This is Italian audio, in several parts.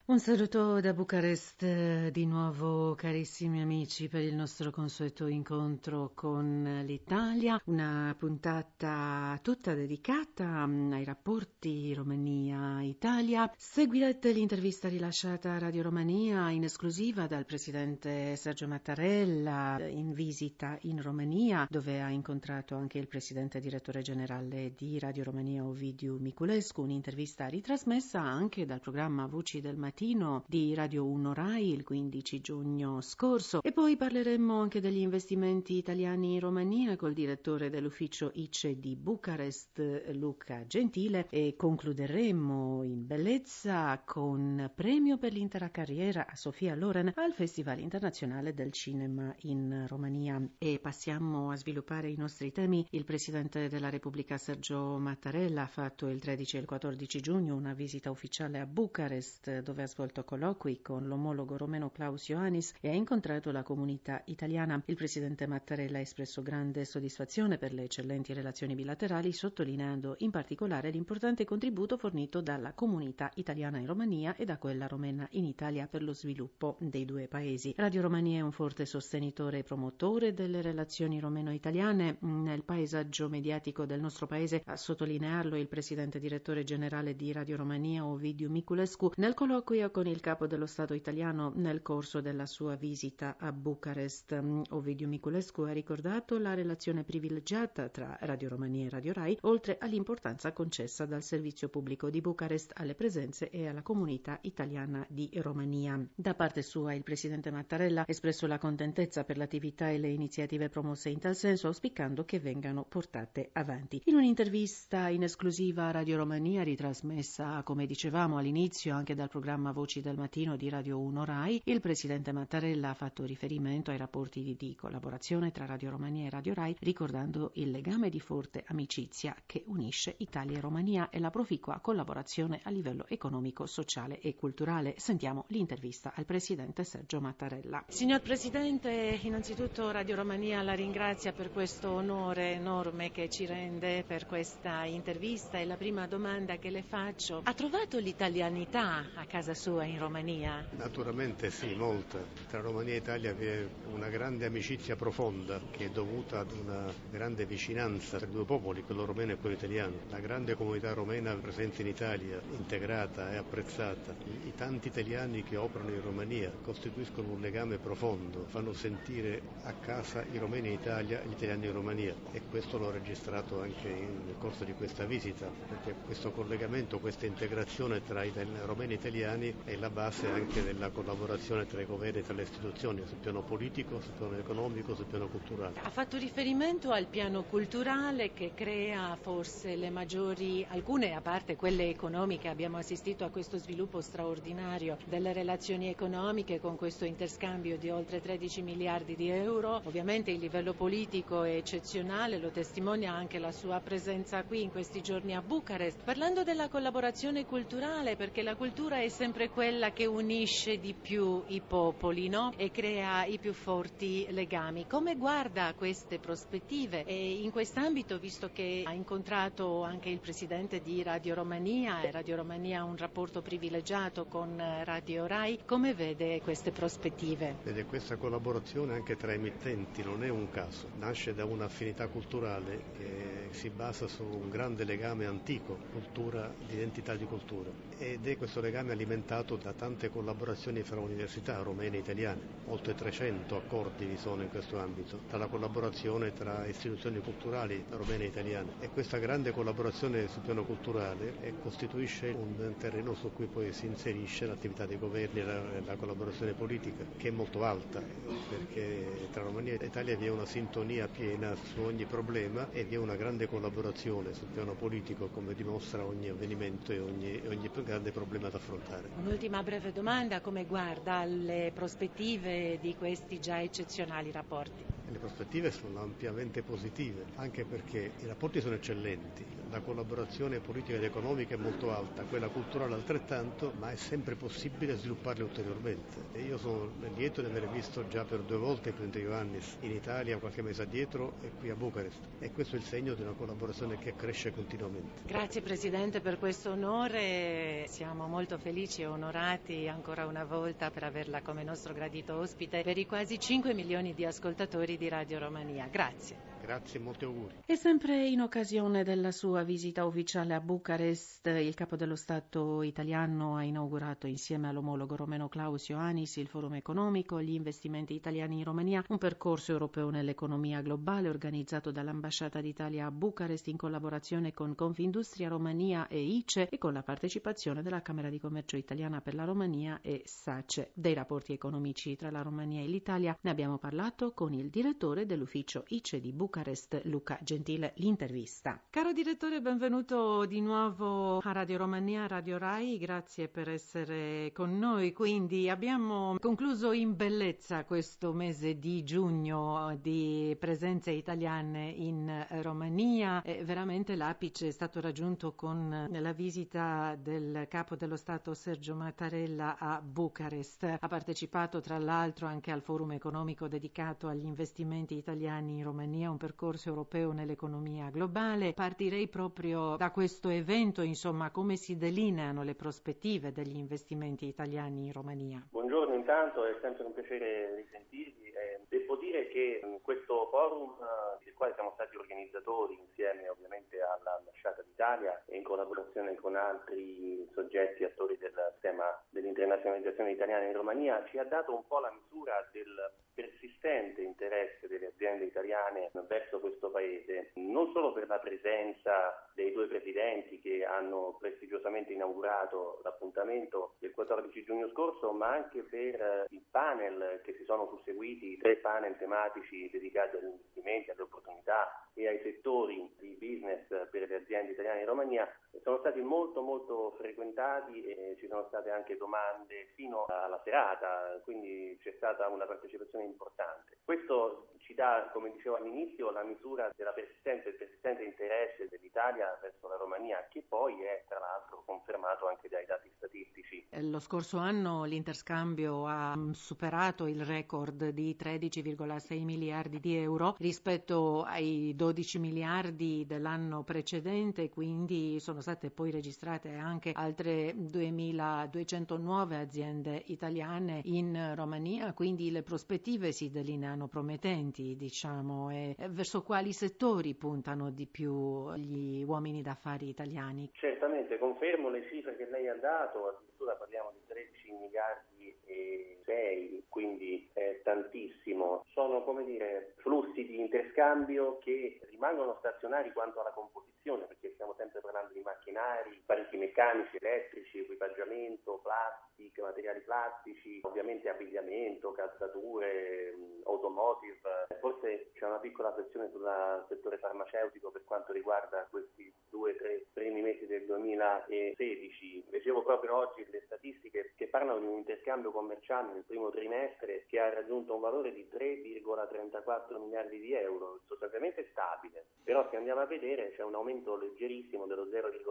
Un saluto da Bucarest di nuovo carissimi amici per il nostro consueto incontro con l'Italia, una puntata tutta dedicata ai rapporti Romania-Italia. Seguirete l'intervista rilasciata a Radio Romania in esclusiva dal presidente Sergio Mattarella in visita in Romania, dove ha incontrato anche il presidente direttore generale di Radio Romania Ovidiu Miculescu, un'intervista ritrasmessa anche dal programma Voci del Mattino di Radio 1 Rai il 15 giugno scorso. E poi parleremo anche degli investimenti italiani in Romania col direttore dell'ufficio ICE di Bucarest, Luca Gentile, e concluderemo in bellezza con premio per l'intera carriera a Sofia Loren al Festival Internazionale del Cinema in Romania. E passiamo a sviluppare i nostri temi. Il presidente della Repubblica Sergio Mattarella ha fatto il 13 e il 14 giugno una visita ufficiale a Bucarest, dove ha svolto colloqui con l'omologo romeno Klaus Iohannis e ha incontrato la comunità italiana. Il presidente Mattarella ha espresso grande soddisfazione per le eccellenti relazioni bilaterali, sottolineando in particolare l'importante contributo fornito dalla comunità italiana in Romania e da quella romena in Italia per lo sviluppo dei due paesi. Radio Romania è un forte sostenitore e promotore delle relazioni romeno-italiane nel paesaggio mediatico del nostro paese, a sottolinearlo il presidente direttore generale di Radio Romania Ovidiu Miculescu nel colloquio con il capo dello Stato italiano nel corso della sua visita a Bucarest. Ovidiu Miculescu ha ricordato la relazione privilegiata tra Radio Romania e Radio Rai, oltre all'importanza concessa dal servizio pubblico di Bucarest alle presenze e alla comunità italiana di Romania. Da parte sua il presidente Mattarella ha espresso la contentezza per l'attività e le iniziative promosse in tal senso, auspicando che vengano portate avanti. In un'intervista in esclusiva a Radio Romania, ritrasmessa, come dicevamo all'inizio, anche dal programma Voci del Mattino di Radio 1 Rai, il presidente Mattarella ha fatto riferimento ai rapporti di collaborazione tra Radio Romania e Radio Rai, ricordando il legame di forte amicizia che unisce Italia e Romania e la proficua collaborazione a livello economico, sociale e culturale. Sentiamo l'intervista al presidente Sergio Mattarella. Signor Presidente, innanzitutto Radio Romania la ringrazia per questo onore enorme che ci rende per questa intervista, e la prima domanda che le faccio: ha trovato l'italianità a casa sua in Romania? Naturalmente sì, molta. Tra Romania e Italia vi è una grande amicizia profonda che è dovuta ad una grande vicinanza tra i due popoli, quello romeno e quello italiano. La grande comunità romena presente in Italia, integrata e apprezzata. I tanti italiani che operano in Romania costituiscono un legame profondo, fanno sentire a casa i romeni in Italia e gli italiani in Romania, e questo l'ho registrato anche nel corso di questa visita, perché questo collegamento, questa integrazione tra romeni e italiani è la base anche della collaborazione tra i governi e tra le istituzioni, sul piano politico, sul piano economico, sul piano culturale. Ha fatto riferimento al piano culturale che crea forse le maggiori, alcune a parte quelle economiche, abbiamo assistito a questo sviluppo straordinario delle relazioni economiche con questo interscambio di oltre 13 miliardi di euro. Ovviamente il livello politico è eccezionale, lo testimonia anche la sua presenza qui in questi giorni a Bucarest. Parlando della collaborazione culturale, perché la cultura è sempre quella che unisce di più i popoli, no? E crea i più forti legami. Come guarda a queste prospettive? E in quest'ambito, visto che ha incontrato anche il presidente di Radio Romania, e Radio Romania ha un rapporto privilegiato con Radio Rai, come vede queste prospettive? Vede, questa collaborazione anche tra emittenti non è un caso, nasce da un'affinità culturale che si basa su un grande legame antico, cultura, di identità di cultura, ed è questo legame alimentato da tante collaborazioni fra università romene e italiane. Oltre 300 accordi vi sono in questo ambito, tra la collaborazione tra istituzioni culturali romene e italiane, e questa grande collaborazione sul piano culturale costituisce un terreno su cui poi si inserisce l'attività dei governi e la collaborazione politica, che è molto alta, perché tra Romania e Italia vi è una sintonia piena su ogni problema e vi è una grande collaborazione sul piano politico, come dimostra ogni avvenimento e ogni grande problema da affrontare. Un'ultima breve domanda: come guarda alle prospettive di questi già eccezionali rapporti? E le prospettive sono ampiamente positive, anche perché i rapporti sono eccellenti, la collaborazione politica ed economica è molto alta, quella culturale altrettanto, ma è sempre possibile svilupparle ulteriormente. E io sono lieto di aver visto già per 2 volte il presidente Iohannis in Italia qualche mese addietro e qui a Bucarest, e questo è il segno di una collaborazione che cresce continuamente. Grazie Presidente per questo onore, siamo molto felici e onorati ancora una volta per averla come nostro gradito ospite per i quasi 5 milioni di ascoltatori di Radio Romania. Grazie. Grazie e molti auguri. E sempre in occasione della sua visita ufficiale a Bucarest, il Capo dello Stato italiano ha inaugurato insieme all'omologo romeno Klaus Iohannis il Forum economico, gli investimenti italiani in Romania, un percorso europeo nell'economia globale organizzato dall'Ambasciata d'Italia a Bucarest in collaborazione con Confindustria Romania e ICE e con la partecipazione della Camera di Commercio italiana per la Romania e SACE. Dei rapporti economici tra la Romania e l'Italia ne abbiamo parlato con il direttore dell'ufficio ICE di Bucarest, Luca Gentile. L'intervista. Caro direttore, benvenuto di nuovo a Radio Romania, Radio Rai, grazie per essere con noi. Quindi abbiamo concluso in bellezza questo mese di giugno di presenze italiane in Romania e veramente l'apice è stato raggiunto con la visita del Capo dello Stato Sergio Mattarella a Bucarest. Ha partecipato tra l'altro anche al forum economico dedicato agli investimenti italiani in Romania, un percorso europeo nell'economia globale. Partirei proprio da questo evento, insomma, come si delineano le prospettive degli investimenti italiani in Romania? Buongiorno, intanto è sempre un piacere risentirvi. Devo dire che questo forum, del quale siamo stati organizzatori insieme ovviamente all'Ambasciata d'Italia e in collaborazione con altri soggetti attori del sistema dell'internazionalizzazione italiana in Romania, ci ha dato un po' la misura del persistente interesse delle aziende italiane verso questo paese, non solo per la presenza dei 2 presidenti che hanno prestigiosamente inaugurato l'appuntamento del 14 giugno scorso, ma anche per i panel che si sono susseguiti, 3 panel tematici dedicati agli investimenti, alle opportunità e ai settori di business per le aziende italiane in Romania. Sono stati molto frequentati e ci sono state anche domande fino alla serata, quindi c'è stata una partecipazione importante. Questo ci dà, come dicevo all'inizio, la misura della persistente interesse dell'Italia verso la Romania, che poi è tra l'altro confermato anche dai dati statistici. Lo scorso anno l'interscambio ha superato il record di 13,6 miliardi di euro rispetto ai 12 miliardi dell'anno precedente, quindi sono state poi registrate anche altre 2.200 nuove aziende italiane in Romania, quindi le prospettive si delineano promettenti, diciamo, e verso quali settori puntano di più gli uomini d'affari italiani? Certamente, confermo le cifre che lei ha dato, addirittura parliamo di 13 miliardi e 6, quindi è tantissimo. Sono, flussi di interscambio che rimangono stazionari quanto alla composizione, perché stiamo sempre parlando di macchinari, apparecchi meccanici, elettrici, equipaggiamento, plastica, materiali plastici, ovviamente abbigliamento, calzature, automotive. Forse c'è una piccola flessione sul settore farmaceutico per quanto riguarda questi 2-3 primi mesi del 2016. Leggevo proprio oggi le statistiche che parlano di un interscambio commerciale nel primo trimestre che ha raggiunto un valore di 3,34 miliardi di euro, sostanzialmente stabile. Però se andiamo a vedere c'è un aumento leggerissimo dello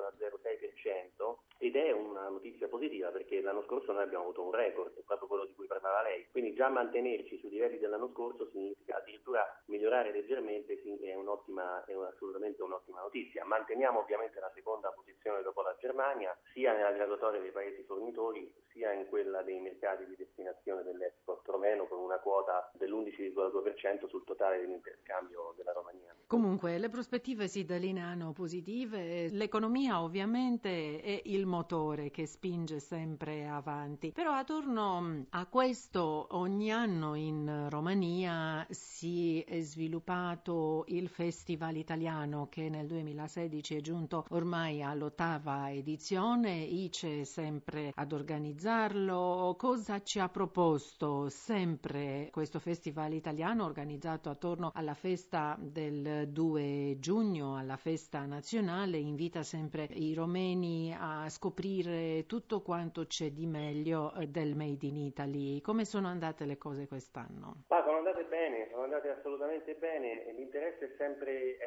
0,06% ed è una notizia positiva perché l'anno scorso noi abbiamo avuto un record, proprio quello di cui parlava lei. Quindi già mantenerci sui livelli dell'anno scorso significa addirittura migliorare leggermente, sì, è assolutamente un'ottima notizia. Manteniamo ovviamente la seconda posizione dopo la Germania, sia nella graduatoria dei paesi fornitori, sia in quella dei mercati di destinazione dell'export romeno, con una quota dell'11,2% sul totale dell'interscambio della Romania. Comunque le prospettive si delineano positive, l'economia ovviamente è il motore che spinge sempre avanti, però attorno a questo ogni anno in Romania si è sviluppato il Festival Italiano che nel 2016 è giunto ormai all'8ª edizione, ICE è sempre ad organizzarlo. Cosa ci ha proposto sempre questo Festival Italiano organizzato attorno alla festa del 2 giugno, alla festa nazionale? Invita sempre i romeni a scoprire tutto quanto c'è di meglio del Made in Italy. Come sono andate le cose quest'anno? Sono andate bene, sono andate assolutamente perfettamente bene, l'interesse è sempre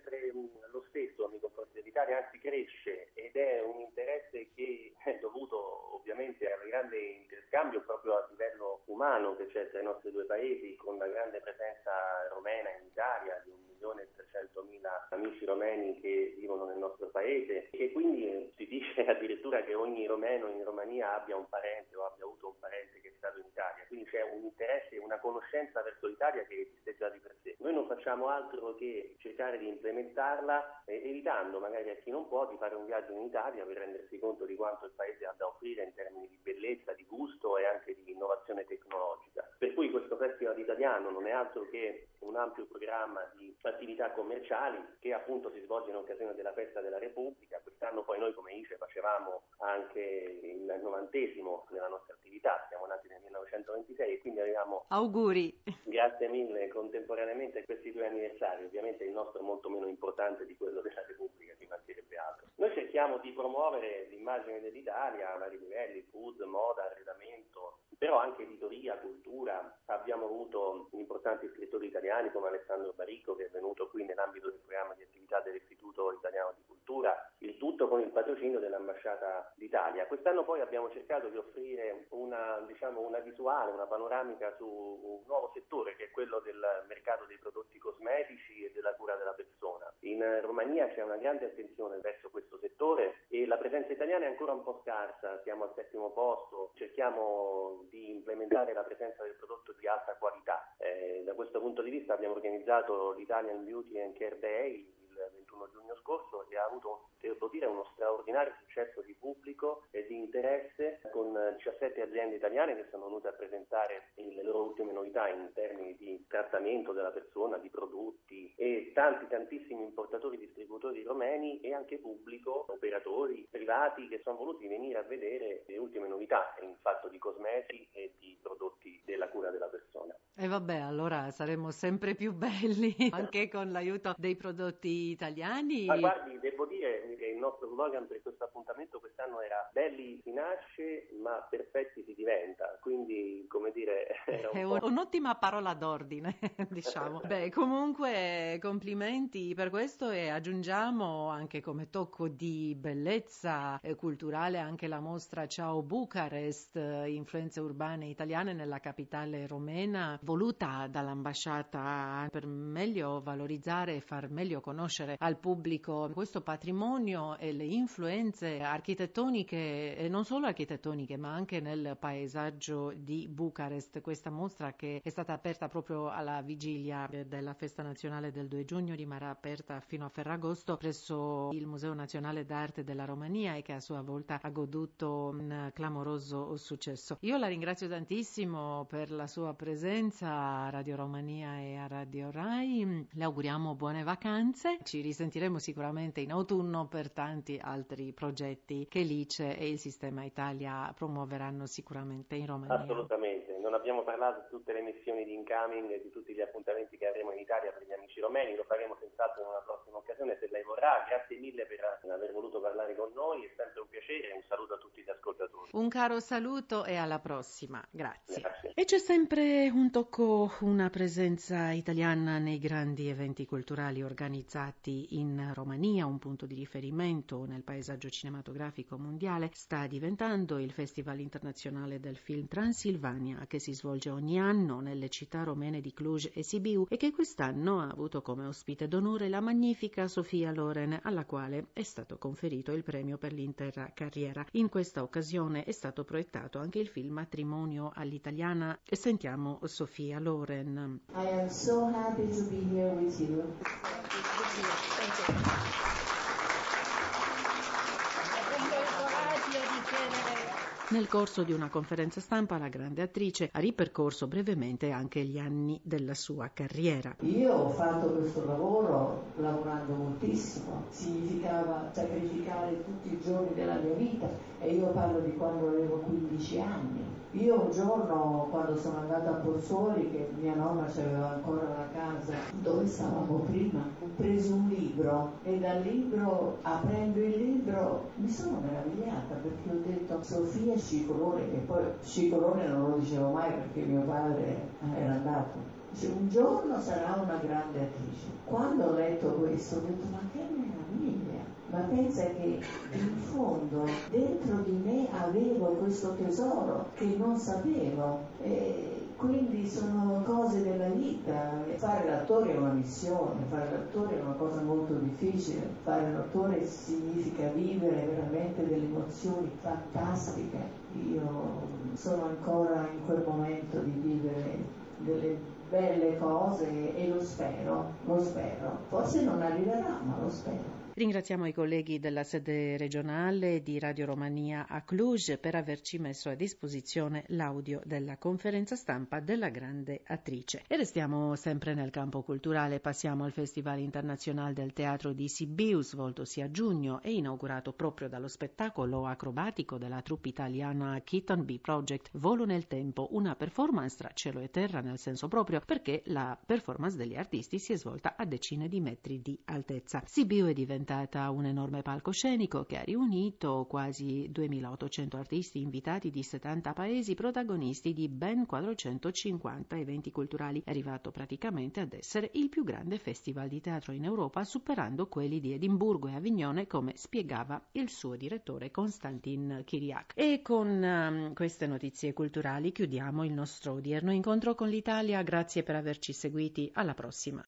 lo stesso nei confronti dell'Italia, anzi cresce, ed è un interesse che è dovuto ovviamente al grande interscambio proprio a livello umano che c'è tra i nostri due paesi, con la grande presenza romena in Italia di 1.300.000 amici romeni che vivono nel nostro paese, e quindi si dice addirittura che ogni romeno in Romania abbia un parente o abbia avuto un parente che è stato in Italia, quindi c'è un interesse e una conoscenza verso l'Italia che esiste già di per sé. Noi non facciamo altro che cercare di implementarla, evitando magari a chi non può di fare un viaggio in Italia per rendersi conto di quanto il paese ha da offrire in termini di bellezza, di gusto e anche di innovazione tecnologica. Per cui questo Festival Italiano non è altro che un ampio programma di attività commerciali che appunto si svolge in occasione della Festa della Repubblica. Quest'anno poi noi come ICE facevamo anche il 90° della nostra attività, siamo nati nel 1926 e quindi avevamo... Auguri! Grazie mille, contemporaneamente questi 2 anniversari, ovviamente il nostro è molto meno importante di quello della Repubblica, ci mancherebbe altro. Noi cerchiamo di promuovere l'immagine dell'Italia a vari livelli, food, moda, arredamento, però anche editoria, cultura. Abbiamo avuto importanti scrittori italiani come Alessandro Baricco, che è venuto qui nell'ambito del programma di attività dell'Istituto Italiano di Cultura, il tutto con il patrocinio dell'Ambasciata d'Italia. Quest'anno poi abbiamo cercato di offrire una visuale, una panoramica su un nuovo settore che è quello del mercato dei prodotti cosmetici e della cura della persona. In Romania c'è una grande attenzione verso questo settore e la presenza italiana è ancora un po' scarsa, siamo al 7° posto, cerchiamo di implementare la presenza del prodotto di alta qualità. Da questo punto di vista abbiamo organizzato l'Italian Beauty and Care Day il 21 giugno scorso e ha avuto, devo dire, uno straordinario successo di pubblico e di interesse, con 17 aziende italiane che sono venute a presentare le loro ultime novità in termini di trattamento della persona, di prodotti, e tantissimi importatori, distributori romeni e anche pubblico, operatori privati che sono voluti venire a vedere le ultime novità in fatto di cosmetici e di prodotti della cura della persona. E vabbè, allora saremo sempre più belli anche con l'aiuto dei prodotti italiani. Ma guardi, devo dire che il nostro slogan per questo appuntamento quest'anno era belli si nasce ma perfetti si diventa, quindi come dire era è un'ottima parola d'ordine, diciamo. Beh, comunque complimenti per questo, e aggiungiamo anche come tocco di bellezza culturale anche la mostra Ciao Bucarest, influenze urbane italiane nella capitale romena, voluta dall'ambasciata per meglio valorizzare e far meglio conoscere al pubblico questo patrimonio e le influenze architettoniche, e non solo architettoniche ma anche nel paesaggio di Bucarest. Questa mostra, che è stata aperta proprio alla vigilia della festa nazionale del 2 giugno, rimarrà aperta fino a Ferragosto presso il Museo Nazionale d'Arte della Romania e che a sua volta ha goduto un clamoroso successo. Io la ringrazio tantissimo per la sua presenza a Radio Romania e a Radio Rai, le auguriamo buone vacanze, ci risentiremo sicuramente in autunno per tanti altri progetti che l'ICE e il Sistema Italia promuoveranno sicuramente in Romania. Assolutamente, non abbiamo parlato di tutte le missioni di incoming e di tutti gli appuntamenti che avremo in Italia per gli amici romeni, lo faremo senz'altro in una prossima occasione se lei vorrà. Grazie mille per aver voluto parlare con noi, è sempre un piacere, un saluto a tutti gli ascoltatori. Un caro saluto e alla prossima, grazie. Grazie. E c'è sempre un tocco, una presenza italiana nei grandi eventi culturali organizzati in Romania, un punto di riferimento nel paesaggio cinematografico mondiale sta diventando il Festival internazionale del film Transilvania, che si svolge ogni anno nelle città romene di Cluj e Sibiu e che quest'anno ha avuto come ospite d'onore la magnifica Sofia Loren, alla quale è stato conferito il premio per l'intera carriera. In questa occasione è stato proiettato anche il film Matrimonio all'italiana e sentiamo Sofia Loren. I am so happy to be here with you. Nel corso di una conferenza stampa la grande attrice ha ripercorso brevemente anche gli anni della sua carriera. Io ho fatto questo lavoro lavorando moltissimo, significava sacrificare tutti i giorni della mia vita e io parlo di quando avevo 15 anni. Io un giorno, quando sono andata a Pozzuoli, che mia nonna c'aveva ancora la casa dove stavamo prima, ho preso un libro e dal libro, aprendo il libro, mi sono meravigliata perché ho detto: Sofia Scicolone, che poi Scicolone non lo dicevo mai perché mio padre era andato. Dice, un giorno sarà una grande attrice. Quando ho letto questo ho detto, ma che meraviglia! Ma pensa che in fondo dentro di me avevo questo tesoro che non sapevo. Quindi sono cose della vita. Fare l'attore è una missione, fare l'attore è una cosa molto difficile, fare l'attore significa vivere veramente delle emozioni fantastiche. Io sono ancora in quel momento di vivere delle belle cose e lo spero, forse non arriverà ma lo spero. Ringraziamo i colleghi della sede regionale di Radio Romania a Cluj per averci messo a disposizione l'audio della conferenza stampa della grande attrice. E restiamo sempre nel campo culturale, passiamo al Festival Internazionale del Teatro di Sibiu, svoltosi a giugno e inaugurato proprio dallo spettacolo acrobatico della troupe italiana Keaton B Project Volo nel Tempo, una performance tra cielo e terra nel senso proprio, perché la performance degli artisti si è svolta a decine di metri di altezza. Sibiu è diventata un enorme palcoscenico che ha riunito quasi 2.800 artisti invitati di 70 paesi, protagonisti di ben 450 eventi culturali. È arrivato praticamente ad essere il più grande festival di teatro in Europa, superando quelli di Edimburgo e Avignone, come spiegava il suo direttore Konstantin Kyriak. E con queste notizie culturali chiudiamo il nostro odierno incontro con l'Italia. Grazie per averci seguiti, alla prossima.